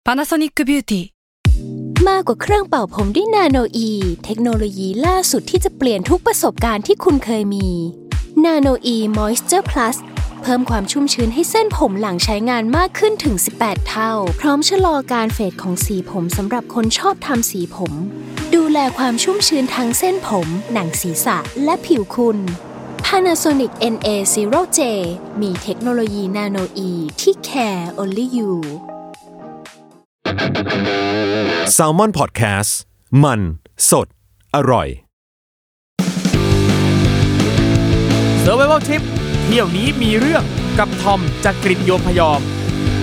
Panasonic Beauty มากกว่าเครื่องเป่าผมด้วยนาโนอีเทคโนโลยีล่าสุดที่จะเปลี่ยนทุกประสบการณ์ที่คุณเคยมีนาโนอีมอยส์เจอร์พลัสเพิ่มความชุ่มชื้นให้เส้นผมหลังใช้งานมากขึ้นถึง18เท่าพร้อมชะลอการเฟดของสีผมสำหรับคนชอบทำสีผมดูแลความชุ่มชื้นทั้งเส้นผมหนังศีรษะและผิวคุณ Panasonic NA0J มีเทคโนโลยีนาโนอีที่ care only you Salmon Podcast มันสดอร่อย Survival Trip เที่ยวนี้มีเรื่องกับทอมจากกรีฑโยมพยอม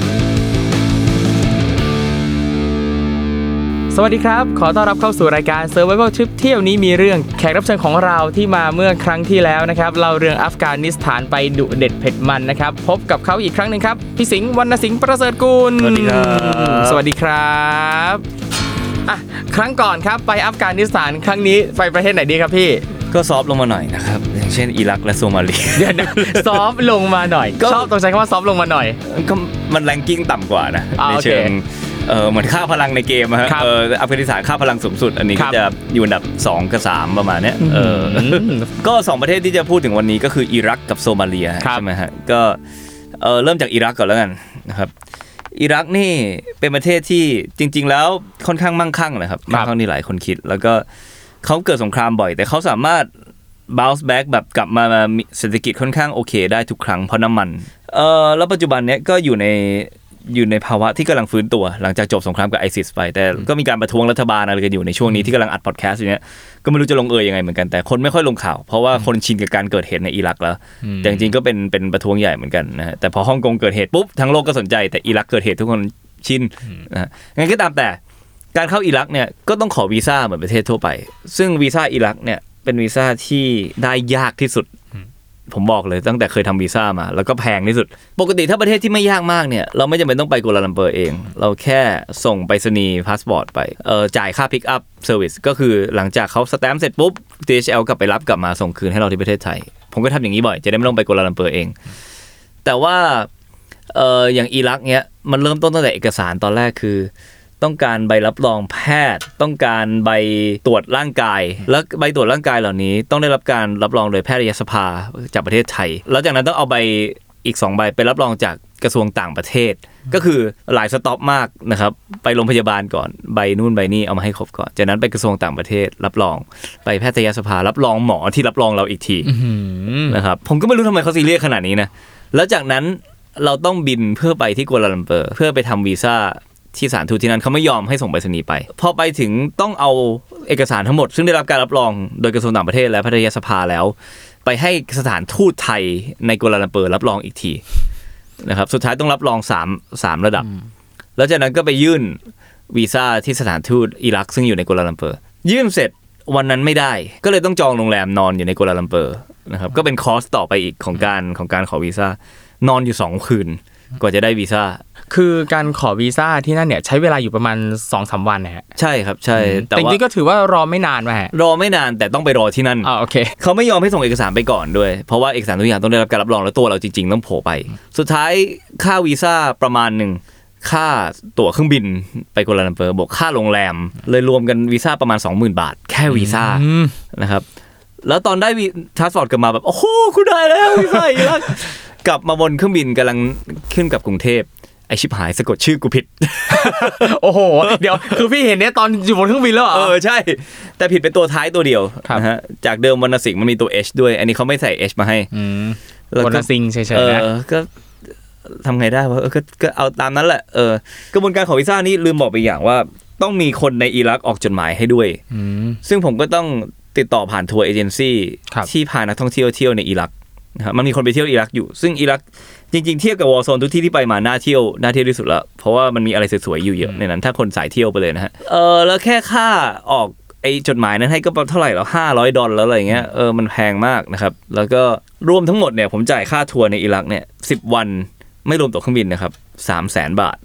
สวัสดีครับขอต้อนรับเข้าสู่รายการ Survival Trip เที่ยวนี้มีเรื่องแขกรับเชิญของเราที่มาเมื่อครั้งที่แล้วนะครับเล่าเรื่องอัฟกานิสถานไปดุเด็ดเผ็ดมันนะครับพบกับเขาอีกครั้งนึงครับพี่สิงห์วรรณสิงห์ประเสริฐกุลสวัสดีครับสวัสดีครับครั้งก่อนครับไปอัฟกานิสถานครั้งนี้ไปประเทศไหนดีครับพี่ก็ซอฟต์ลงมาหน่อยนะครับอย่างเช่นอิรักและโซมาเลียเดี๋ยวนะซอฟต์ลงมาหน่อยชอบตรงใช้คำว่าซอฟต์ลงมาหน่อยก็มันแรงกิ้งต่ำกว่านะในเชิงเหมือนค่าพลังในเกมอะฮะอัฟกานิสถานค่าพลังสูงสุดอันนี้ก็จะอยู่อันดับ2กับ3ประมาณเนี้ยก็2ประเทศที่จะพูดถึงวันนี้ก็คืออิรักกับโซมาเลียใช่มั้ยฮะก็เริ่มจากอิรักก่อนแล้วกันนะครับอิรักนี่เป็นประเทศที่จริงๆแล้วค่อนข้างมั่งคั่งนะครับมั่งคั่งที่หลายคนคิดแล้วก็เขาเกิดสงครามบ่อยแต่เขาสามารถ bounce back แบบกลับมาเศรษฐกิจค่อนข้างโอเคได้ทุกครั้งเพราะน้ำมันแล้วปัจจุบันเนี้ยก็อยู่ในภาวะที่กำลังฟื้นตัวหลังจากจบสงครามกับไอซิสไปแต่ก็มีการประท้วงรัฐบาลอะไรกันอยู่ในช่วงนี้ที่กำลังอัดพอดแคสต์อยู่เนี้ยก็ไม่รู้จะลงยังไงเหมือนกันแต่คนไม่ค่อยลงข่าวเพราะว่าคนชินกับการเกิดเหตุในอิรักแล้วแต่จริงๆก็เป็นประท้วงใหญ่เหมือนกันนะฮะแต่พอฮ่องกงเกิดเหตุปุ๊บทั้งโลกก็สนใจแต่อิรักเกิดเหตุทุกคนชินนะฮะงั้นก็ตามแต่การเข้าอิรักเนี่ยก็ต้องขอวีซ่าเหมือนประเทศทั่วไปซึ่งวีซ่าอิรักเนี่ยเป็นวีซ่าที่ได้ยากที่สุดผมบอกเลยตั้งแต่เคยทำวีซ่ามาแล้วก็แพงที่สุดปกติถ้าประเทศที่ไม่ยากมากเนี่ยเราไม่จำเป็นต้องไปกัวลาลัมเปอร์เองเราแค่ส่งไปรษณีย์พาสปอร์ตไปจ่ายค่าพิกอัพเซอร์วิสก็คือหลังจากเขาสแตมป์เสร็จปุ๊บ DHL กลับไปรับกลับมาส่งคืนให้เราที่ประเทศไทยผมก็ทำอย่างนี้บ่อยจะได้ไม่ต้องไปกัวลาลัมเปอร์เองแต่ว่าอย่างอิรักเนี้ยมันเริ่มต้นตั้งแต่เอกสารตอนแรกคือต้องการใบรับรองแพทย์ต้องการใบตรวจร่างกายแล้วใบตรวจร่างกายเหล่านี้ต้องได้รับการรับรองโดยแพทยสภาจากประเทศไทยแล้วจากนั้นต้องเอาใบอีก2ใบไปรับรองจากกระทรวงต่างประเทศก็คือหลายสต็อปมากนะครับไปโรงพยาบาลก่อนใบนู่นใบนี่เอามาให้ครบก่อนจากนั้นไปกระทรวงต่างประเทศรับรองไปแพทยสภารับรองหมอที่รับรองเราอีกทีนะครับผมก็ไม่รู้ทำไมเขาซีเรียสขนาดนี้นะแล้วจากนั้นเราต้องบินเพื่อไปที่กัวลาลัมเปอร์เพื่อไปทำวีซ่าที่สถานทูตที่นั้นเขาไม่ยอมให้ส่งไปรษณีย์ไปพอไปถึงต้องเอาเอกสารทั้งหมดซึ่งได้รับการรับรองโดยกระทรวงต่างประเทศและแพทยสภาแล้วไปให้สถานทูตไทยในกัวลาลัมเปอร์รับรองอีกทีนะครับสุดท้ายต้องรับรอง3ระดับแล้วจากนั้นก็ไปยื่นวีซ่าที่สถานทูตอิรักซึ่งอยู่ในกัวลาลัมเปอร์ยื่นเสร็จวันนั้นไม่ได้ก็เลยต้องจองโรงแรมนอนอยู่ในกัวลาลัมเปอร์นะครับก็เป็นคอสต่อไปอีกของการขอวีซ่านอนอยู่2คืนกว่าจะได้วีซ่าคือการขอวีซ่าที่นั่นเนี่ยใช้เวลาอยู่ประมาณ 2-3 วันนะฮะใช่ครับใช่แต่จริงๆก็ถือว่ารอไม่นานว่ะฮะรอไม่นานแต่ต้องไปรอที่นั่นโอเคเขาไม่ยอมให้ส่งเอกสารไปก่อนด้วยเพราะว่าเอกสารทุกอย่างต้องได้รับการรับรองแล้วตัวเราจริงๆต้องโผล่ไปสุดท้ายค่าวีซ่าประมาณนึงค่าตั๋วเครื่องบินไปกัวลาลัมเปอร์บวกค่าโรงแรมเลยรวมกันวีซ่าประมาณ 20,000 บาทแค่วีซ่านะครับแล้วตอนได้พาสปอร์ตกลับมาแบบโอ้โหคุณได้แล้ววีซ่าอีกกลับมาบนเครื่องบินกำลังขึ้นกับกรุงเทพไอชิบหายสะกดชื่อกูผิดโอ้โหเดี๋ยวคือพี่เห็นเนี่ยตอนอยู่บนเครื่องบินแล้วใช่แต่ผิดเป็นตัวท้ายตัวเดียวนะฮะจากเดิมวรรณสิงห์มันมีตัว H ด้วยอันนี้เขาไม่ใส่ H มาให้วรรณสิงห์เฉยๆนะก็ทำไงได้วะก็เอาตามนั้นแหละกระบวนการขอวีซ่านี้ลืมบอกไปอย่างว่าต้องมีคนในอิรักออกจดหมายให้ด้วยซึ่งผมก็ต้องติดต่อผ่านทัวร์เอเจนซี่ที่พานักท่องเที่ยวเที่ยวในอิรักนะครับมันมีคนไปเที่ยวอิรักอยู่ซึ่งอิรักจริงๆเทียบกับวอร์โซนทุกที่ที่ไปมาน่าเที่ยวที่สุดแล้วเพราะว่ามันมีอะไรสวยๆอยู่เยอะในนั้นถ้าคนสายเที่ยวไปเลยนะฮะแล้วแค่ค่าออกไอ้จดหมายนั้นให้ก็เท่าไหร่แล้ว$500แล้วอะไรเงี้ยมันแพงมากนะครับแล้วก็รวมทั้งหมดเนี่ยผมจ่ายค่าทัวร์ในอิรักเนี่ย10วันไม่รวมตั๋วเครื่องบินนะครับ300,000 บาท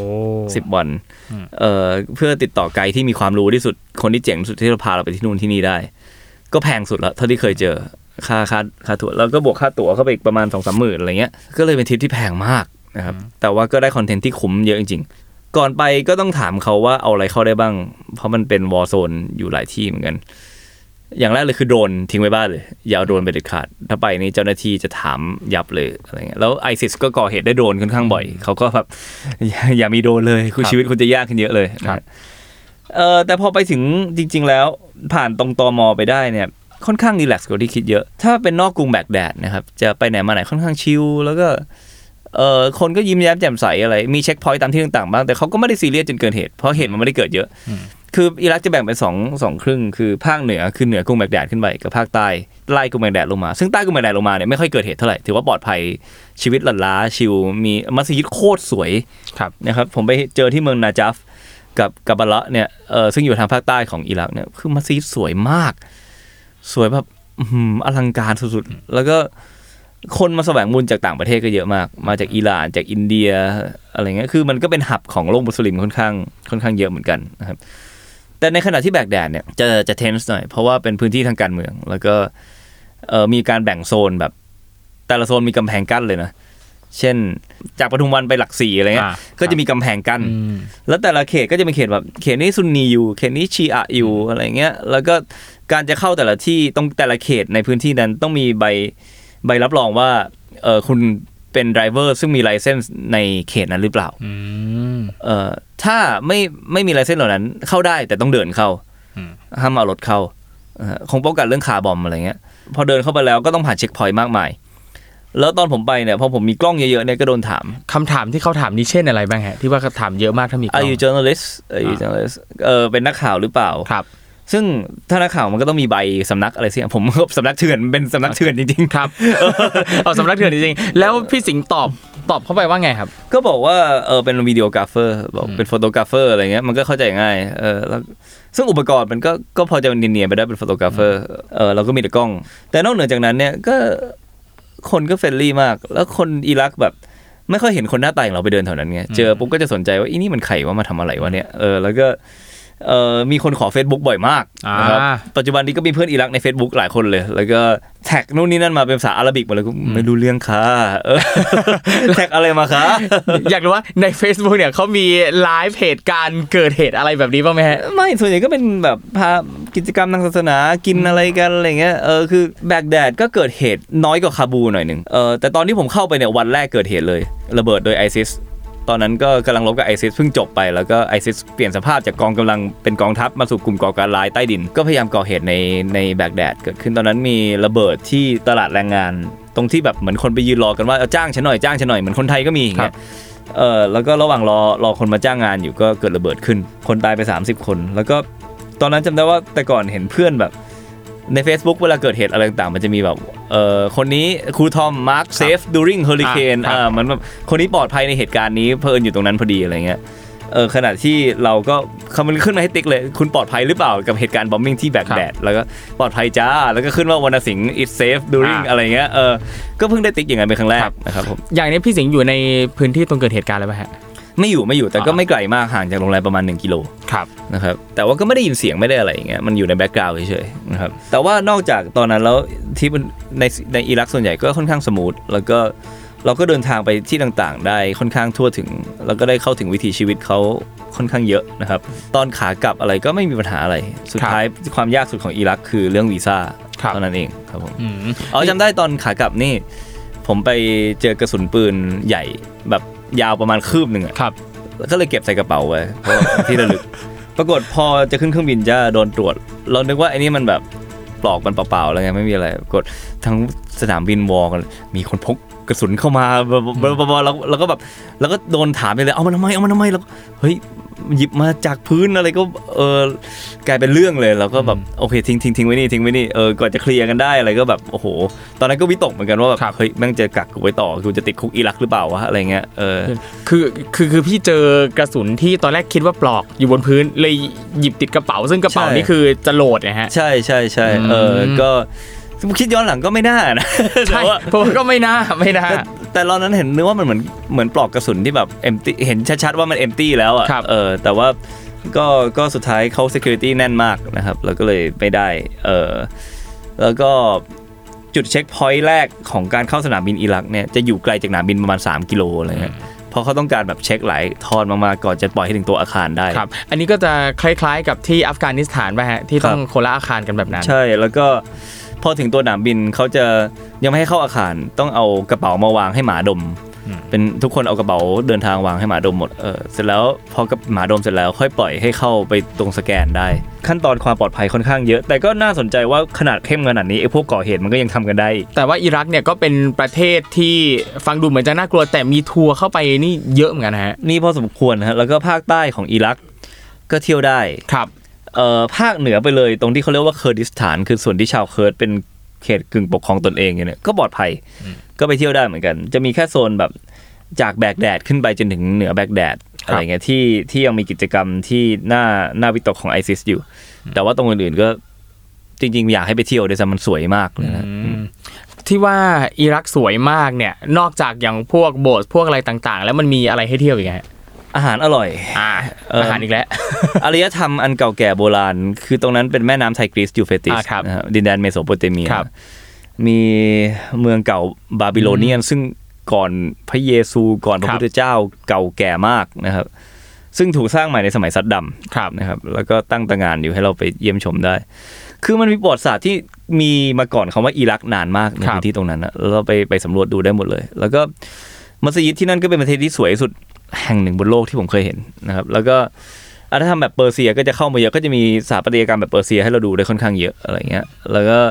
10วันเพื่อติดต่อไกด์ที่มีความรู้ที่สุดคนที่เจ๋งสุดที่จะพาเราไปที่นู่นที่นี่ได้ก็แพงสุดแล้วเท่าที่เคยเจอค่าตั๋วแล้วก็บวกค่าตั๋วเข้าไปอีกประมาณ 2-3 หมื่นอะไรเงี้ยก็เลยเป็นทริปที่แพงมากนะครับแต่ว่าก็ได้คอนเทนต์ที่คุ้มเยอะจริงๆก่อนไปก็ต้องถามเขาว่าเอาอะไรเข้าได้บ้างเพราะมันเป็นวอร์โซนอยู่หลายที่เหมือนกันอย่างแรกเลยคือโดรนทิ้งไว้บ้านเลยอย่าเอาโดรนไปเด็ดขาดถ้าไปนี่เจ้าหน้าที่จะถามยับเลยอะไรเงี้ยแล้ว ISIS ก็ก่อเหตุได้โดรนค่อนข้างบ่อยเขาก็แบบอย่ามีโดรนเลยคือชีวิตคุณจะยากขึ้นเยอะเลยแต่พอไปถึงจริงๆแล้วผ่านตรงตม.ไปได้เนี่ยค่อนข้างรีแลกซ์กว่าที่คิดเยอะถ้าเป็นนอกกรุงแบกแดดนะครับจะไปไหนมาไหนค่อนข้างชิลแล้วก็คนก็ยิ้มแย้มแจ่มใสอะไรมีเช็คพอยต์ตามที่ต่างๆบ้างแต่เขาก็ไม่ได้ซีเรียสจนเกินเหตุเพราะเหตุมันไม่ได้เกิดเยอะคืออิรักจะแบ่งเป็น2ครึ่งคือภาคเหนือคือเหนือกรุงแบกแดดขึ้นไปกับภาคใต้ไล่กรุงแบกแดดลงมาซึ่งใต้กรุงแบกแดดลงมาเนี่ยไม่ค่อยเกิดเหตุเท่าไหร่ถือว่าปลอดภัยชีวิตหลั่นล้าชิลมีมัสยิดโคตรสวยนะครับผมไปเจอที่เมืองนาจัฟกับกาบาระเนี่ยซึ่งอยู่ทางภาคใต้ของอิรักเนี่ยคือมัสยิดสวยมากสวยแบบอลังการสุดๆแล้วก็คนมาแสวงบุญจากต่างประเทศก็เยอะมากมาจากอิหร่านจากอินเดียอะไรเงี้ยคือมันก็เป็นหับของโลกมุสลิมค่อนข้างเยอะเหมือนกันนะครับแต่ในขณะที่แบกแดดเนี่ยจะเทนส์หน่อยเพราะว่าเป็นพื้นที่ทางการเมืองแล้วก็มีการแบ่งโซนแบบแต่ละโซนมีกำแพงกั้นเลยนะเช่นจากปทุมวันไปหลัก4อะไรเงี้ยก็จะมีกำแพงกั้นแล้วแต่ละเขตก็จะมีเขตแบบเขตนี้ซุนนีอยู่เขตนี้ชีอะอยู่อะไรเงี้ยแล้วก็การจะเข้าแต่ละที่ต้องแต่ละเขตในพื้นที่นั้นต้องมีใบรับรองว่าคุณเป็นไดรเวอร์ซึ่งมีไลเซนส์ในเขตนั้นหรือเปล่าถ้าไม่มีไลเซนส์เหล่านั้นเข้าได้แต่ต้องเดินเข้าห้ามเอารถเข้าคงป้องกันเรื่องคาร์บอมอะไรเงี้ยพอเดินเข้าไปแล้วก็ต้องผ่านเช็คพอยต์มากมายแล้วตอนผมไปเนี่ยพอผมมีกล้องเยอะๆเนี่ยก็โดนถามคำถามที่เขาถามนี่เช่นอะไรบ้างฮะที่ว่าเขาถามเยอะมากถ้ามีกล้อง Are you journalist เป็นนักข่าวหรือเปล่าครับซึ่งถ้านักข่าวมันก็ต้องมีใบสำนักอะไรสิผมสำนักเถื่อนเป็นสำนักเถื่อนจริงๆครับเอาสำนักเถื่อนจริงๆแล้วพี่สิงห์ตอบเข้าไปว่าไงครับก็บอกว่าเป็นวิดีโอกราฟเฟอร์บอกเป็นโฟโตกราฟเฟอร์อะไรเงี้ยมันก็เข้าใจง่ายแล้วซึ่งอุปกรณ์มันก็พอจะเนียนๆไปได้เป็นโฟโตกราฟเฟอร์เราก็มีแต่กล้องแต่นอกเหนือจากนั้นเนี่ยก็คนก็เฟรนลี่มากแล้วคนอิรักแบบไม่ค่อยเห็นคนหน้าตาอย่างเราไปเดินแถวนั้นไงเจอปุ๊บก็จะสนใจว่าอีนี่มันใครว่ามาทำอะไรวะเนี่ยแล้วก็มีคนขอ Facebook บ่อยมากนะครับปัจจุบันนี้ก็มีเพื่อนอิรักใน Facebook หลายคนเลยแล้วก็แท็กนู่นนี่นั่นมาเป็นภาษาอาหรับิกหมดเลยไม่รู้เรื่องค่ะแท็กอะไรมาคะอยากรู้ว่าใน Facebook เนี่ยเขามีไลฟ์เหตุการณ์เกิดเหตุอะไรแบบนี้บ้างไหมฮะไม่ส่วนใหญ่ก็เป็นแบบพากิจกรรมทางศาสนากินอะไรกันอะไรเงี้ยคือแบกแดดก็เกิดเหตุน้อยกว่าคาบูหน่อยนึงแต่ตอนที่ผมเข้าไปเนี่ยวันแรกเกิดเหตุเลยระเบิดโดย ISISตอนนั้นก็กำลังรบกับ ISIS เพิ่งจบไปแล้วก็ ISIS เปลี่ยนสภาพจากกองกำลังเป็นกองทัพมาสู่กลุ่มก่อการร้ายใต้ดินก็พยายามก่อเหตุในแบกแดดเกิดขึ้นตอนนั้นมีระเบิดที่ตลาดแรงงานตรงที่แบบเหมือนคนไปยืนรอกันว่าจ้างฉันหน่อยเหมือนคนไทยก็มีอย่างเงี้ยแล้วก็ระหว่างรอคนมาจ้างงานอยู่ก็เกิดระเบิดขึ้นคนตายไป30คนแล้วก็ตอนนั้นจำได้ว่าแต่ก่อนเห็นเพื่อนแบบใน Facebook เวลาเกิดเหตุอะไรต่างๆมันจะมีแบบคนนี้ครูทอมมาร์คเซฟ during hurricane เหมือนแบบคนนี้ปลอดภัยในเหตุการณ์นี้เพิ่นอยู่ตรงนั้นพอดีอะไรเงี้ยขณะที่เราก็มันขึ้นมาให้ติ๊กเลยคุณปลอดภัยหรือเปล่ากับเหตุการณ์บอมบิ้งที่แบกแดดแล้วก็ปลอดภัยจ้าแล้วก็ขึ้นว่าวรรณสิงห์ is safe during อะไรเงี้ยก็เพิ่งได้ติ๊กอย่างนั้นเป็นครั้งแรกนะครับผมอย่างนี้พี่สิงห์อยู่ในพื้นที่ตรงเกิดเหตุการณ์เลยป่ะฮะไม่อยู่แต่ก็ไม่ไกลมากห่างจากโรงแรมประมาณ1กิโลนะครับแต่ว่าก็ไม่ได้ยินเสียงไม่ได้อะไรอย่างเงี้ยมันอยู่ในแบ็คกราวด์เฉยๆนะครับแต่ว่านอกจากตอนนั้นแล้วที่ในอิรักส่วนใหญ่ก็ค่อนข้างสมูทแล้วก็เราก็เดินทางไปที่ต่างๆได้ค่อนข้างทั่วถึงแล้วก็ได้เข้าถึงวิถีชีวิตเขาค่อนข้างเยอะนะครับตอนขากลับอะไรก็ไม่มีปัญหาอะไรสุดท้ายความยากสุดของอิรักคือเรื่องวีซ่าเท่านั้นเองครับผมจำได้ตอนขากลับนี่ผมไปเจอกระสุนปืนใหญ่แบบยาวประมาณคืบนึงอ่ะแล้วก็เลยเก็บใส่กระเป๋าไว้เพราะที่ระลึกปรากฏพอจะขึ้นเครื่องบินจะโดนตรวจเรานึกว่าไอ้นี่มันแบบปลอกมันเปล่าๆแล้วไงไม่มีอะไรปรากฏทั้งสนามบินวอลกันมีคนพกกระสุนเข้ามาแล้วก็แบบแล้วก็โดนถามไปเลยเอามาทำไมแล้วเฮ้ยหยิบมาจากพื้นอะไรก็กลายเป็นเรื่องเลยแล้วก็แบบโอเคทิ้งไว้นี่ก่อนจะเคลียร์กันได้อะไรก็แบบโอ้โหตอนนั้นก็วิตกเหมือนกันว่าแบบเฮ้ยแม่งจะกักกูไว้ต่อกูจะติดคุกอิรักหรือเปล่าวะอะไรเงี้ยคือพี่เจอกระสุนที่ตอนแรกคิดว่าปลอกอยู่บนพื้นเลยหยิบติดกระเป๋าซึ่งกระเป๋านี่คือจะโหลดนะฮะใช่ก็คิดย้อนหลังก็ไม่น่านะใช่ผมก็ไม่น่าแต่ตอนนั้นเห็นนึกว่ามันเหมือนปลอกกระสุนที่แบบ empty เห็นชัดๆว่ามัน empty แล้วอ่ะแต่ว่าก็สุดท้ายเขา security แน่นมากนะครับแล้วก็เลยไม่ได้แล้วก็จุดเช็คพอยต์แรกของการเข้าสนามบินอิรักเนี่ยจะอยู่ไกลจากสนามบินประมาณ3กิโลอะไรเงี้ยเพราะเขาต้องการแบบเช็คหลายทอนมาก่อนจะปล่อยให้ถึงตัวอาคารได้ครับอันนี้ก็จะคล้ายๆกับที่อัฟกานิสถานป่ะฮะที่ต้องคนละอาคารกันแบบนั้นใช่แล้วก็พอถึงตัวสนามบินเขาจะยังไม่ให้เข้าอาคารต้องเอากระเป๋ามาวางให้หมาดมเป็นทุกคนเอากระเป๋าเดินทางวางให้หมาดมหมดเสร็จแล้วพอกับหมาดมเสร็จแล้วค่อยปล่อยให้เข้าไปตรงสแกนได้ขั้นตอนความปลอดภัยค่อนข้างเยอะแต่ก็น่าสนใจว่าขนาดเข้มขนาดนี้ไอ้พวกก่อเหตุมันก็ยังทำกันได้แต่ว่าอิรักเนี่ยก็เป็นประเทศที่ฟังดูเหมือนจะน่ากลัวแต่มีทัวร์เข้าไปนี่เยอะเหมือนกันฮะนี่พอสมควรฮะแล้วก็ภาคใต้ของอิรักก็เที่ยวได้ครับภาคเหนือไปเลยตรงที่เขาเรียกว่าเคอร์ดิสถานคือส่วนที่ชาวเคิร์ดเป็นเขตกึ่งปกครองตนเองเนี่ยก็ปลอดภัยก็ไปเที่ยวได้เหมือนกันจะมีแค่โซนแบบจากแบกแดดขึ้นไปจนถึงเหนือแบกแดดอะไรเงี้ยที่ยังมีกิจกรรมที่น่าวิตกของ ISIS อยู่แต่ว่าตรงอื่นๆก็จริงๆอยากให้ไปเที่ยวด้วยซ้ำมันสวยมากเลยนะที่ว่าอิรักสวยมากเนี่ยนอกจากอย่างพวกโบสถ์พวกอะไรต่างๆแล้วมันมีอะไรให้เที่ยวอีกฮะอาหารอร่อยอาหารอีกแล้วอารยธรรมอันเก่าแก่โบราณคือตรงนั้นเป็นแม่น้ำไทกรีสยูเฟรติสนะครับดินแดนเมโสโปเตเมียมีเมืองเก่าบาบิโลเนียนซึ่งก่อนพระเยซูก่อนพระพุทธเจ้าเก่าแก่มากนะครับซึ่งถูกสร้างใหม่ในสมัยซัดดัมนะครับแล้วก็ตั้งตระหง่านอยู่ให้เราไปเยี่ยมชมได้คือมันมีประวัติศาสตร์ที่มีมาก่อนคำว่าอิรักนานมากในพื้นที่ตรงนั้นนะเราไปสำรวจดูได้หมดเลยแล้วก็มัสยิดที่นั่นก็เป็นประเทศที่สวยที่สุดแห่งหนึ่งบนโลกที่ผมเคยเห็นนะครับแล้วก็อารยธรรมแบบเปอร์เซียก็จะเข้ามาเยอะก็จะมีสถาปัตยกรรมแบบเปอร์เซียให้เราดูได้ค่อนข้างเยอะอะไรเงี้ยแล้วก็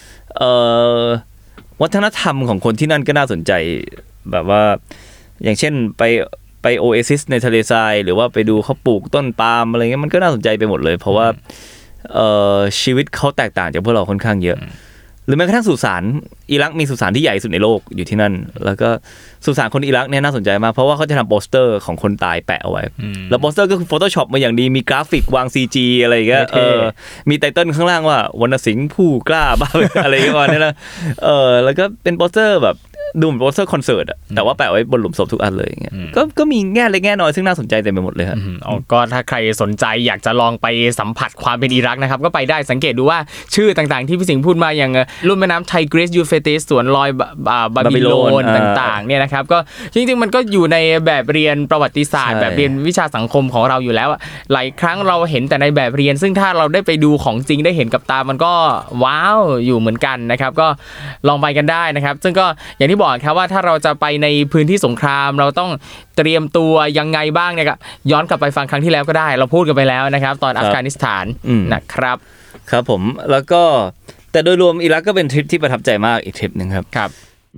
วัฒนธรรมของคนที่นั่นก็น่าสนใจแบบว่าอย่างเช่นไปโอเอซิสในทะเลทรายหรือว่าไปดูเขาปลูกต้นปาล์มอะไรเงี้ยมันก็น่าสนใจไปหมดเลยเพราะว่าชีวิตเขาแตกต่างจากพวกเราค่อนข้างเยอะหรือแม้กระทั่งสุสานอิรักมีสุสานที่ใหญ่สุดในโลกอยู่ที่นั่นแล้วก็สุสานคนอิรักเนี่ยน่าสนใจมากเพราะว่าเขาจะทำโปสเตอร์ของคนตายแปะเอาไว้แล้วโปสเตอร์ก็คือ Photoshop มาอย่างดีมีกราฟิกวาง CG อะไรอย่างเงี้ยมีไตเติ้ลข้างล่างว่าวรรณสิงห์ผู้กล้าบ้าอะไรอย่างเงี้ยนะแล้วก็เป็นโปสเตอร์แบบดูเหมือนโปสเตอร์คอนเสิร์ตอ่ะแต่ว่าแปะไว้บนหลุมศพทุกอันเลยอย่างเงี้ยก็มีแง่เล็กแง่น้อยซึ่งน่าสนใจเต็มไปหมดเลยครับก็ถ้าใครสนใจอยากจะลองไปสัมผัสความเป็นอิรักนะครับก็ไปได้สังเกตดูว่าชื่อต่างๆที่พี่สิงห์พูดมาอย่างลุ่มแม่น้ำไทกรีสยูเฟรติสสวนลอยบาบิโลนต่างๆเนี่ยนะครับก็จริงๆมันก็อยู่ในแบบเรียนประวัติศาสตร์แบบเรียนวิชาสังคมของเราอยู่แล้วหลายครั้งเราเห็นแต่ในแบบเรียนซึ่งถ้าเราได้ไปดูของจริงได้เห็นกับตามันก็ว้าวอยู่เหมือนกันนะครับก็ลองไปกันได้นะครับซึ่งก็อย่างที่บอกครับว่าถ้าเราจะไปในพื้นที่สงครามเราต้องเตรียมตัวยังไงบ้างเนี่ยก็ย้อนกลับไปฟังครั้งที่แล้วก็ได้เราพูดกันไปแล้วนะครับตอนอัฟกานิสถานนะครับครับผมแล้วก็แต่โดยรวมอิรักก็เป็นทริปที่ประทับใจมากอีกทริปนึงครับครับ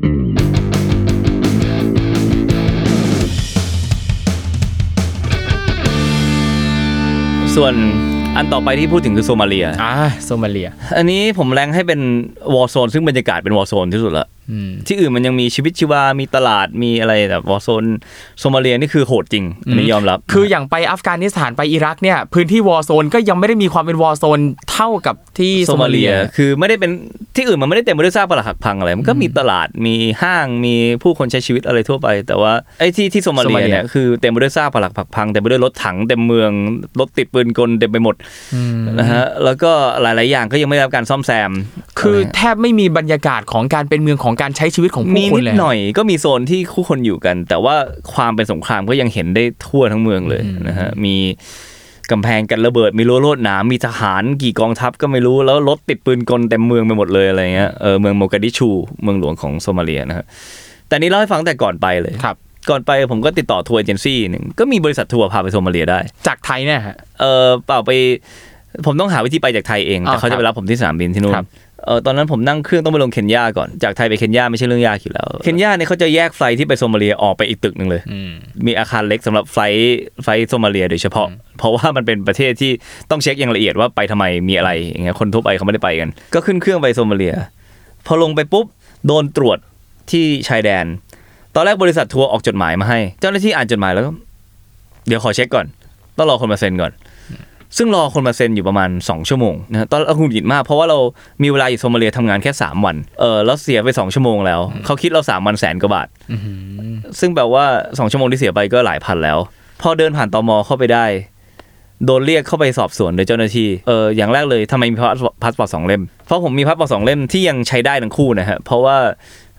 ส่วนอันต่อไปที่พูดถึงคือโซมาเลียโซมาเลียอันนี้ผมแรงให้เป็นวอร์โซนซึ่งบรรยากาศเป็นวอร์โซนที่สุดละที่อื่นมันยังมีชีวิตชีวามีตลาดมีอะไรแต่วอร์โซนโซมาเลียนี่คือโหดจริงอันนี้ยอมรับคืออย่างไปอัฟกานิสถานไปอิรักเนี่ยพื้นที่วอร์โซนก็ยังไม่ได้มีความเป็นวอร์โซนเท่ากับที่โซมาเลียคือไม่ได้เป็นที่อื่นมันไม่ได้เต็มไปด้วยซากปรักหักพังอะไรมันก็มีตลาดมีห้างมีผู้คนใช้ชีวิตอะไรทั่วไปแต่ว่าไอ้ที่โซมาเลียเนี่ยคือเต็มไปด้วยซากปรักหักพังเต็มไปด้วยรถถังเต็มเมืองรถติดปืนกลเต็มไปหมดนะฮะแล้วก็หลายๆอย่างก็ยังไม่ได้รับการซ่อมแซมคือแทบไม่มีบรรยากาศของการเป็นเมืองของการใช้ชีวิตของผู้คนเลยนิดหน่อยก็มีโซนที่ผู้คนอยู่กันแต่ว่าความเป็นสงครามก็ยังเห็นได้ทั่วทั้งเมืองเลยนะฮะมีกำแพงกันระเบิดมีรั้วลวดหนามมีทหารกี่กองทัพก็ไม่รู้แล้วรถติดปืนกลเต็มเมืองไปหมดเลยอะไรเงี้ยเมืองโมกาดิชูเมืองหลวงของโซมาเลียนะฮะแต่นี้เล่าให้ฟังแต่ก่อนไปเลยครับก่อนไปผมก็ติดต่อทัวร์เอเจนซี่นึงก็มีบริษัททัวร์พาไปโซมาเลียได้จากไทยเนี่ยฮะเปล่าไปผมต้องหาวิธีไปจากไทยเองแต่เขาจะไปรับผมที่สนามบินที่นู่นตอนนั้นผมนั่งเครื่องต้องไปลงเคนยาก่อนจากไทยไปเคนยาไม่ใช่เรื่องยากอยู่แล้วเคนยาเนี่ยเขาจะแยกไฟล์ที่ไปโซมาเลียออกไปอีกตึกนึงเลยมีอาคารเล็กสำหรับไฟล์โซมาเลียโดยเฉพาะเพราะว่ามันเป็นประเทศที่ต้องเช็คอย่างละเอียดว่าไปทำไมมีอะไรอย่างเงี้ยคนทั่วไปเขาไม่ได้ไปกันก็ขึ้นเครื่องไปโซมาเลียพอลงไปปุ๊บโดนตรวจที่ชายแดนตอนแรกบริษัททัวร์ออกจดหมายมาให้เจ้าหน้าที่อ่านจดหมายแล้วก็เดี๋ยวขอเช็คก่อนต้องรอคนมาเซ็นก่อนซึ่งรอคนมาเซ็นอยู่ประมาณ2ชั่วโมงนะตอนเราหงุดหงิดมากเพราะว่าเรามีเวลาอยู่โซมาเลียทำงานแค่3วันแล้วเสียไป2ชั่วโมงแล้วเขาคิดเรา3วัน100,000 กว่าบาทซึ่งแปลว่า2ชั่วโมงที่เสียไปก็หลายพันแล้วพอเดินผ่านตม.เข้าไปได้โดนเรียกเข้าไปสอบสวนโดยเจ้าหน้าที่อย่างแรกเลยทำไมมีพาสปอร์ต2เล่มเพราะผมมีพาสปอร์ต2เล่มที่ยังใช้ได้ทั้งคู่นะฮะเพราะว่า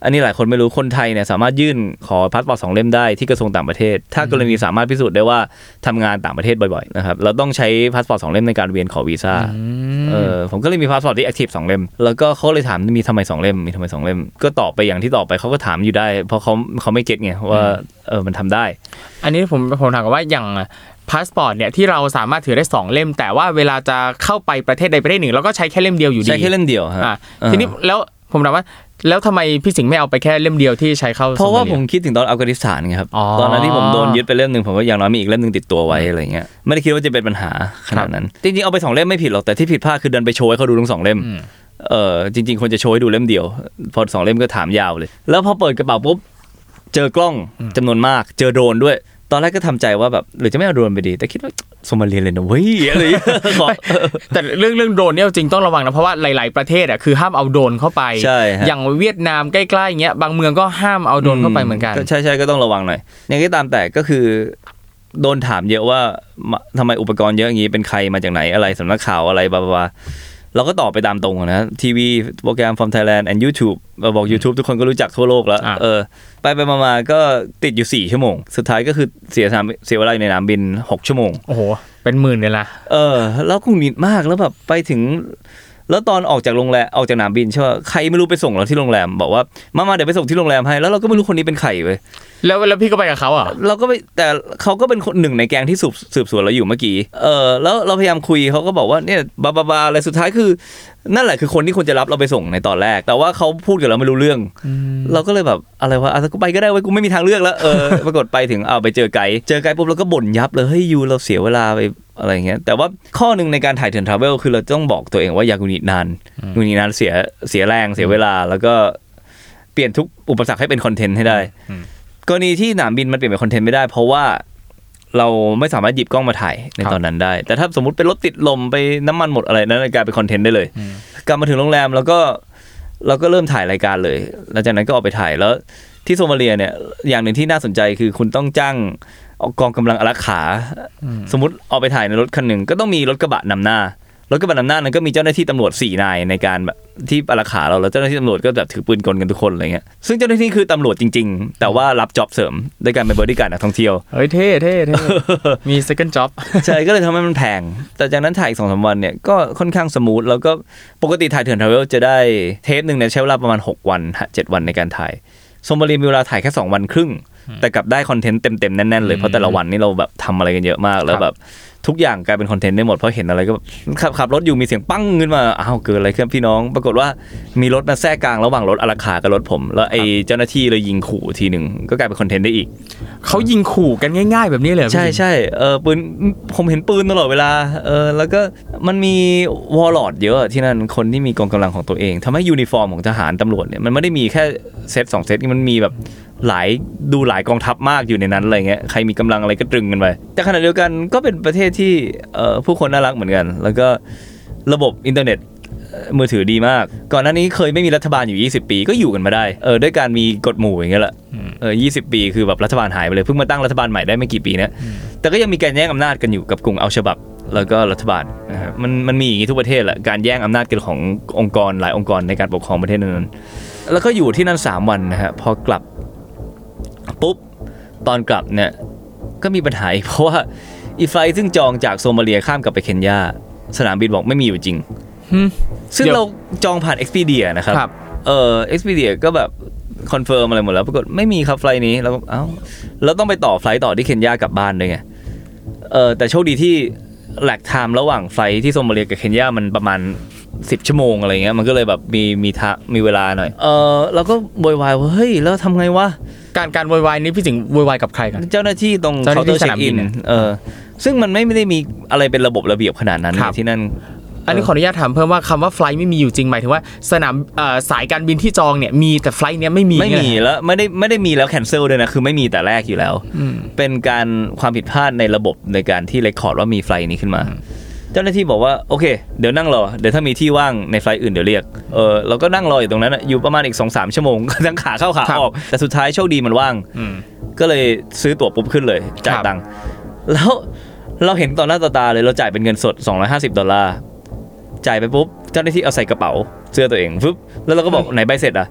อันนี้หลายคนไม่รู้คนไทยเนี่ยสามารถยื่นขอพาสปอร์ต2เล่มได้ที่กระทรวงต่างประเทศถ้ากรณีสามารถพิสูจน์ได้ว่าทำงานต่างประเทศบ่อยๆนะครับเราต้องใช้พาสปอร์ต2เล่มในการเวียนขอวีซ่าผมก็เลยมีพาสปอร์ตที่แอคทีฟ2เล่มแล้วก็เขาเลยถามมีทำไม2เล่มมีทำไม2เล่มก็ตอบไปอย่างที่ตอบไปเขาก็ถามอยู่ได้เพราะเขาไม่เก็ตไงว่ามันทำได้อันนี้ผมถามว่าอย่างพาสปอร์ตเนี่ยที่เราสามารถถือได้2เล่มแต่ว่าเวลาจะเข้าไปประเทศใดประเทศหนึ่งเราก็ใช้แค่เล่มเดียวอยู่ดีใช้แค่เล่มเดียวทีนี้แล้วผมถามว่าแล้วทำไมพี่สิงห์ไม่เอาไปแค่เล่มเดียวที่ใช้เข้าเพราะว่าผมคิดถึงตอนอัฟกานิสถานไงครับตอนนั้นที่ผมโดนยึดไปเล่มนึงผมว่าอย่างน้อยมีอีกเล่มนึงติดตัวไว้อะไรเงี้ยไม่ได้คิดว่าจะเป็นปัญหาขนาดนั้นจริงๆเอาไป2เล่มไม่ผิดหรอกแต่ที่ผิดพลาดคือเดินไปโชว์ให้เขาดูทั้ง2เล่มจริงๆควรจะโชว์ให้ดูเล่มเดียวพอ2เล่มก็ถามยาวเลยแล้วพอเปิดกระเป๋าปุ๊บเจอกล้องจำนวนมากเจอโดรนด้วยตอนแรกก็ทำใจว่าแบบหรือจะไม่เอาโดรนไปดีแต่คิดว่าโซมาเลียเลยนะเว้ยอะไรแต่เรื่องโดรนเนี่ยจริงต้องระวังนะเพราะว่าหลายๆประเทศอ่ะคือห้ามเอาโดรนเข้าไปอย่างเวียดนามใกล้ๆอย่างเงี้ยบางเมืองก็ห้ามเอาโดรนเข้าไปเหมือนกันใช่ๆก็ต้องระวังหน่อยอย่างที่ตามแต่ก็คือโดนถามเยอะว่าทำไมอุปกรณ์เยอะอย่างงี้เป็นใครมาจากไหนอะไรสำนักข่าวอะไรบลาเราก็ตอบไปตามตรงนะทีวีโปรแกรม from Thailand and YouTube บอก YouTube ทุกคนก็รู้จักทั่วโลกแล้วไปมาก็ติดอยู่4ชั่วโมงสุดท้ายก็คือเสียเวลาในสนามบิน6ชั่วโมงโอ้โหเป็นหมื่นเลยนะแล้วคงนิดมากแล้วแบบไปถึงแล้วตอนออกจากโรงแรมออกจากสนามบินใช่ป่ะใครไม่รู้ไปส่งเราที่โรงแรมบอกว่ามาเดี๋ยวไปส่งที่โรงแรมให้แล้วเราก็ไม่รู้คนนี้เป็นใครเว้ยแล้วพี่ก็ไปกับเขาอ่ะเราก็ไปแต่เขาก็เป็นคนหนึ่งในแก๊งที่สืบสวนเราอยู่เมื่อกี้แล้วเราพยายามคุยเขาก็บอกว่าเนี่ยบาอะไรสุดท้ายคือนั่นแหละคือคนที่ควรจะรับเราไปส่งในตอนแรกแต่ว่าเขาพูดกับเราไม่รู้เรื่องเราก็เลยแบบอะไรวะกูไปก็ได้เว้ยกูไม่มีทางเลือกแล้วปรากฏไปถึงไปเจอไกด์ปุ๊บเราก็บ่นยับเลยเฮ้ยยูเราเสียเวลาไปอะไรเงี้ยแต่ว่าข้อนึงในการถ่ายเทิร์นทราเวลคือเราต้องบอกตัวเองว่าอย่ากุนิดนานเสียแรงเสียเวลาแล้วก็เปลี่ยนทุกอุปสรรคให้เป็นคอนเทนต์ให้ได้กรณีที่สนามบินมันเปลี่ยนเป็นคอนเทนต์ไม่ได้เพราะว่าเราไม่สามารถหยิบกล้องมาถ่ายในตอนนั้นได้แต่ถ้าสมมุติเป็นรถติดลมไปน้ำมันหมดอะไรนั้นกลายเป็นคอนเทนต์ได้เลยกลับมาถึงโรงแรมแล้วก็เราก็เริ่มถ่ายรายการเลยหลังจากนั้นก็ออกไปถ่ายแล้วที่โซมาเลียเนี่ยอย่างหนึ่งที่น่าสนใจคือคุณต้องจ้างกองกำลังอารักขาสมมุติออกไปถ่ายในรถคันหนึ่งก็ต้องมีรถกระบะนำหน้ารถกระบะนำหน้านั้นก็มีเจ้าหน้าที่ตำรวจ4นายในการแบบที่อารักขาเราแล้วเจ้าหน้าที่ตำรวจก็แบบถือปืนกลกันทุกคนอะไรเงี้ยซึ่งเจ้าหน้าที่คือตำรวจจริงๆแต่ว่ารับจ็อบเสริมด้วยการเป็นบอดี้การ์ดนักท่องเที่ยวเฮ้ยเท่มี second job ใช่ก็เลยทำให้มันแพงแต่จากนั้นถ่ายอีก 2-3 วันเนี่ยก็ค่อนข้างสมูทแล้วก็ปกติถ่ายเถื่อนทราเวลจะได้เทปนึงเนี่ยใช้เวลาประมาณ6วัน7วันในการถ่ายโซมาเลียมีเวลาถ่ายแค่2วันครึ่งแต่กลับได้คอนเทนต์เต็มๆแน่นๆเลยเพราะแต่ละวันนี่เราแบบทำอะไรกันเยอะมากแล้วแบบทุกอย่างกลายเป็นคอนเทนต์ได้หมดเพราะเห็นอะไรก็ขับรถอยู่มีเสียงปั้งขึ้นมาอ้าวเกิดอะไรขึ้นพี่น้องปรากฏว่ามีรถมาแทรกกลางระหว่างรถอารักขากับรถผมแล้วไอ้เจ้าหน้าที่เลยยิงขู่ทีนึงก็กลายเป็นคอนเทนต์ได้อีกเขายิงขู่กันง่ายๆแบบนี้เลยใช่ๆปืนผมเห็นปืนตลอดเวลาแล้วก็มันมีวอร์ลอร์ดเยอะที่นั่นคนที่มีกองกำลังของตัวเองทำให้ยูนิฟอร์มของทหารตำรวจเนี่ยมันไม่ได้มีแค่เซต2เซตมันมีแบบหลายกองทัพมากอยู่ในนั้นอะไรเงี้ยใครมีกำลังอะไรก็ตรึงกันไปแต่ขณะเดียวกันก็เป็นประเทศที่ผู้คนน่ารักเหมือนกันแล้วก็ระบบอินเทอร์เน็ตมือถือดีมากก่อนหน้านี้เคยไม่มีรัฐบาลอยู่20ปีก็อยู่กันมาได้ด้วยการมีกฎหมู่อย่างเงี้ยแหละ20ปีคือแบบรัฐบาลหายไปเลยเพิ่งมาตั้งรัฐบาลใหม่ได้ไม่กี่ปีนะแต่ก็ยังมีการแย่งอำนาจกันอยู่กับกลุ่มอัลชะบับแล้วก็รัฐบาลนะครับมันมีอย่างงี้ทุกประเทศแหละการแย่งอำนาจกันขององค์กรหลายองค์กรในการปกครองประเทศนั้นแล้วก็อยู่ที่นั่น3วันนะฮะพอกลับปุ๊บตอนกลับเนี่ยก็มีปัญหาเพราะว่าอีไฟล์ซึ่งจองจากโซมาเลียข้ามกลับไปเคนยาสนามบินบอกไม่มีอยู่จริงซึ่งเราจองผ่าน Expedia นะครับExpedia ก็แบบคอนเฟิร์มอะไรหมดแล้วปรากฏไม่มีครับไฟล์นี้แล้วแล้วต้องไปต่อไฟล์ต่อที่เคนยากลับบ้านด้วยไงแต่โชคดีที่แลกไทม์ระหว่างไฟล์ที่โซมาเลียกับเคนยามันประมาณ10ชั่วโมงอะไรเงี้ยมันก็เลยแบบมีเวลาหน่อยเราก็โวยวายว่าเฮ้ยแล้วทำไงวะการโวยวายนี้พี่สิงห์โวยวายกับใครกันเจ้าหน้าที่ตรงเคาน์เตอร์เช็คอินซึ่งมันไม่ได้มีอะไรเป็นระบบระเบียบขนาดนั้นที่นั่นอันนี้ขออนุญาตถามเพิ่มว่าคำว่าไฟล์ไม่มีอยู่จริงหมายถึงว่าสนามสายการบินที่จองเนี่ยมีแต่ไฟล์เนี้ยไม่มีแล้วไม่ได้มีแล้วแคนเซิลด้วยนะคือไม่มีแต่แรกอยู่แล้วเป็นการความผิดพลาดในระบบในการที่เรคคอร์ดว่ามีไฟล์นี้ขึ้นมาเจ้าหน้าที่บอกว่าโอเคเดี๋ยวนั่งรอเดี๋ยวถ้ามีที่ว่างในไฟล์อื่นเดี๋ยวเรียกเราก็นั่งรออยู่ตรงนั้นอยู่ประมาณอีก 2-3 ชั่วโมงทั้งขาเข้าขาออกแต่สุดท้ายโชคดีมันว่างก็เลยซื้อตั๋วปุ๊บขึ้นเลยจ่ายตังค์แล้วเราเห็นต่อหน้าต่อตาเลยเราจ่ายเป็นเงินสด$250จ่ายไปปุ๊บเจ้าหน้าที่เอาใส่กระเป๋าเสื้อตัวเองปุ๊บแล้วเราก็บอกไหนใบเสร็จอ่ะ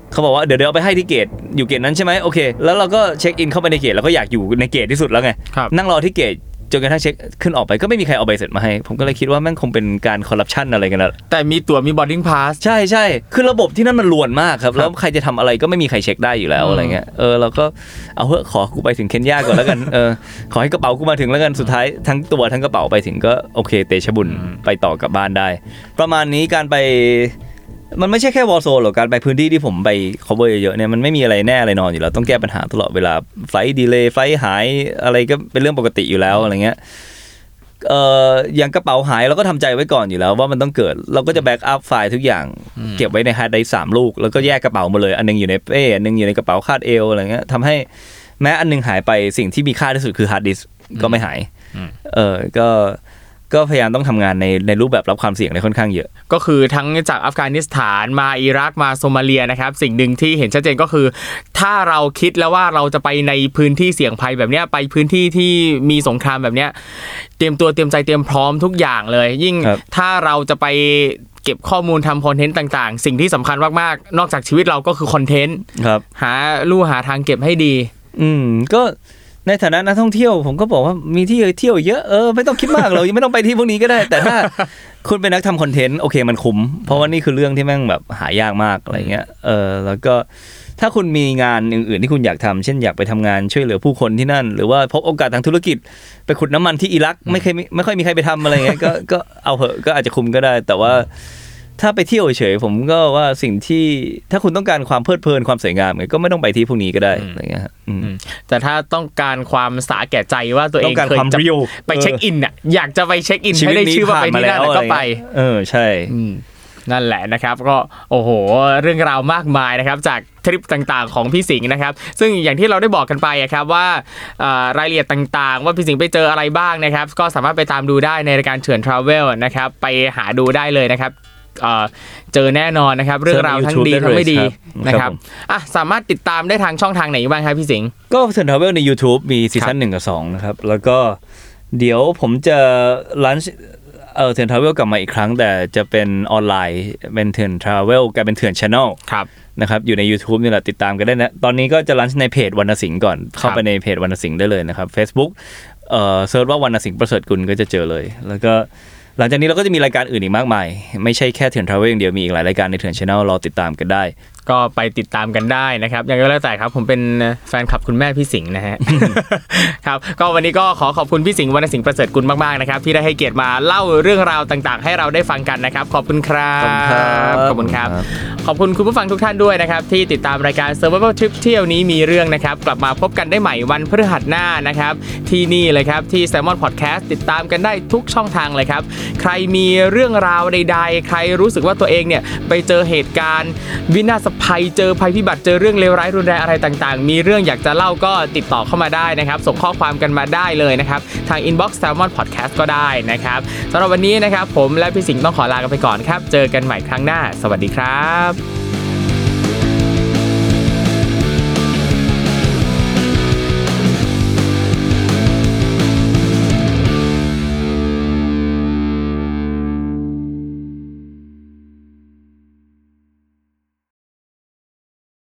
เขาบอกว่าเดี๋ยวเอาไปให้ที่เกตอยู่เกตนั้นใช่ไหมโอเคแล้วเราก็เช็คอินเข้าไปในเกตแล้วก็อยากอยู่ในเกตที่สุดแล้วไงนั่งรอที่เกตจนกระทั่งเช็คขึ้นออกไปก็ไม่มีใครเอาใบเสร็จมาให้ผมก็เลยคิดว่าแม่งคงเป็นการคอร์รัปชันอะไรกันแล้วแต่มีตั๋วมี boarding pass ใช่คือระบบที่นั่นมันลวนมากครับแล้วใครจะทำอะไรก็ไม่มีใครเช็คได้อยู่แล้วอะไรเงี้ยเราก็เอาเถอะขอกูไปถึงเคนยาก่อนแล้วกันขอให้กระเป๋ากูมาถึงแล้วกันสุดท้ายทั้งตัวทั้งกระเป๋าไปถึงก็โอเคเตชะบุญไปต่อกลับบ้านได้ประมาณนี้การไปมันไม่ใช่แค่วอร์โซนหรอกการไปพื้นที่ที่ผมไป cover เยอะๆเนี่ยมันไม่มีอะไรแน่อะไรนอนอยู่แล้วต้องแก้ปัญหาตลอดเวลาไฟล์ดีเลย์ไฟล์หายอะไรก็เป็นเรื่องปกติอยู่แล้วอะไรเงี้ยอย่างกระเป๋าหายเราก็ทำใจไว้ก่อนอยู่แล้วว่ามันต้องเกิดเราก็จะแบ็กอัพไฟล์ทุกอย่างเก็บไว้ในฮาร์ดไดรฟ์3ลูกแล้วก็แยกกระเป๋ามาเลยอันนึงอยู่ในเป้อันนึงอยู่ในกระเป๋าคาดเอวอะไรเงี้ยทำให้แม้อันนึงหายไปสิ่งที่มีค่าที่สุดคือฮาร์ดดิสก์ก็ไม่หายก็พยายามต้องทำงานในรูปแบบรับความเสี่ยงได้ค่อนข้างเยอะก็คือทั้งจากอัฟกานิสถานมาอิรักมาโซมาเลียนะครับสิ่งหนึ่งที่เห็นชัดเจนก็คือถ้าเราคิดแล้วว่าเราจะไปในพื้นที่เสี่ยงภัยแบบนี้ไปพื้นที่ที่มีสงครามแบบนี้เตรียมตัวเตรียมใจเตรียมพร้อมทุกอย่างเลยยิ่งถ้าเราจะไปเก็บข้อมูลทำคอนเทนต์ต่างๆสิ่งที่สำคัญมากๆนอกจากชีวิตเราก็คือคอนเทนต์หาทางเก็บให้ดีก็ในฐานะนักท่องเที่ยวผมก็บอกว่ามีที่เที่ยวเยอะไม่ต้องคิดมากเราไม่ต้องไปที่พวกนี้ก็ได้แต่ถ้าคุณเป็นนักทำคอนเทนต์โอเคมันคุ้มเพราะว่านี่คือเรื่องที่แม่งแบบหายากมากอะไรเงี้ยแล้วก็ถ้าคุณมีงานอื่นๆที่คุณอยากทำเช่นอยากไปทำงานช่วยเหลือผู้คนที่นั่นหรือว่าพบโอกาสทางธุรกิจไปขุดน้ำมันที่อิรักไม่ค่อยมีใครไปทำอะไรเงี้ยก็เอาเหอะก็อาจจะคุ้มก็ได้แต่ว่าถ้าไปเที่ยวเฉยผมก็ว่าสิ่งที่ถ้าคุณต้องการความเพลิดเพลินความสวยงามก็ไม่ต้องไปที่พวกนี้ก็ได้อะไรเงี้ยแต่ถ้าต้องการความสาแก่ใจว่าตัวเองเคยจะไปเช็คอินน่ะอยากจะไปเช็คอินให้ได้ชื่อว่าไปที่นั่นก็ไปใช่นั่นแหละนะครับก็โอ้โหเรื่องราวมากมายนะครับจากทริปต่างๆของพี่สิงห์นะครับซึ่งอย่างที่เราได้บอกกันไปครับว่ารายละเอียดต่างๆว่าพี่สิงห์ไปเจออะไรบ้างนะครับก็สามารถไปตามดูได้ในรายการเถื่อนทราเวลนะครับไปหาดูได้เลยนะครับเจอแน่นอนนะครับเรื่องราวทั้งดีทั้งไม่ดีนะครับสามารถติดตามได้ทางช่องทางไหนบ้างครับพี่สิงห์ก็เถื่อนทราเวลใน YouTube มีซีซั่น1กับ2นะครับแล้วก็เดี๋ยวผมจะลันช์เถื่อนทราเวลกลับมาอีกครั้งแต่จะเป็นออนไลน์เป็นเถื่อนทราเวลกลายเป็นเถื่อน Channel นะครับอยู่ใน YouTube นี่แหละติดตามกันได้นะตอนนี้ก็จะลันช์ในเพจวรรณสิงห์ก่อนเข้าไปในเพจวรรณสิงห์ได้เลยนะครับ Facebook เซิร์ชว่าวรรณสิงห์ประเสริฐกุลก็จะเจอเลยแล้วก็หลังจากนี้เราก็จะมีรายการอื่นอีกมากมายไม่ใช่แค่เถื่อนทราเวลอย่างเดียวมีอีกหลายรายการในเถื่อน Channel รอติดตามกันได้ก็ไปติดตามกันได้นะครับอย่างไรก็แล้วแต่ครับผมเป็นแฟนคลับคุณแม่พี่สิงห์นะฮะ ครับก็วันนี้ก็ขอบคุณพี่สิงห์วรรณสิงห์ประเสริฐกุลมากๆนะครับที่ได้ให้เกียรติมาเล่าเรื่องราวต่างๆให้เราได้ฟังกันนะครับขอบคุณครับขอบคุณครับขอบคุณคุณผู้ฟังทุกท่านด้วยนะครับที่ติดตามรายการ Survival Trip เที่ยวนี้มีเรื่องนะครับกลับมาพบกันได้ใหม่วันพฤหัสหน้านะครับที่นี่เลยครับที่ Salmon Podcast ติดตามกันได้ทุกช่องทางเลยครับใครมีเรื่องราวใดๆใครรู้สึกว่าตัวเองเนี่ยไปเจอเหตุการณ์วินาศภัยเจอภัยพิบัติเจอเรื่องเลวร้ายรุนแรงอะไรต่างๆมีเรื่องอยากจะเล่าก็ติดต่อเข้ามาได้นะครับส่งข้อความกันมาได้เลยนะครับทาง inbox Salmon Podcast ก็ได้นะครับสำหรับวันนี้นะครับผมและพี่สิงห์ต้องขอลากันไปก่อนครับเจอกันใหม่ครั้งหน้าสวัสดีครับ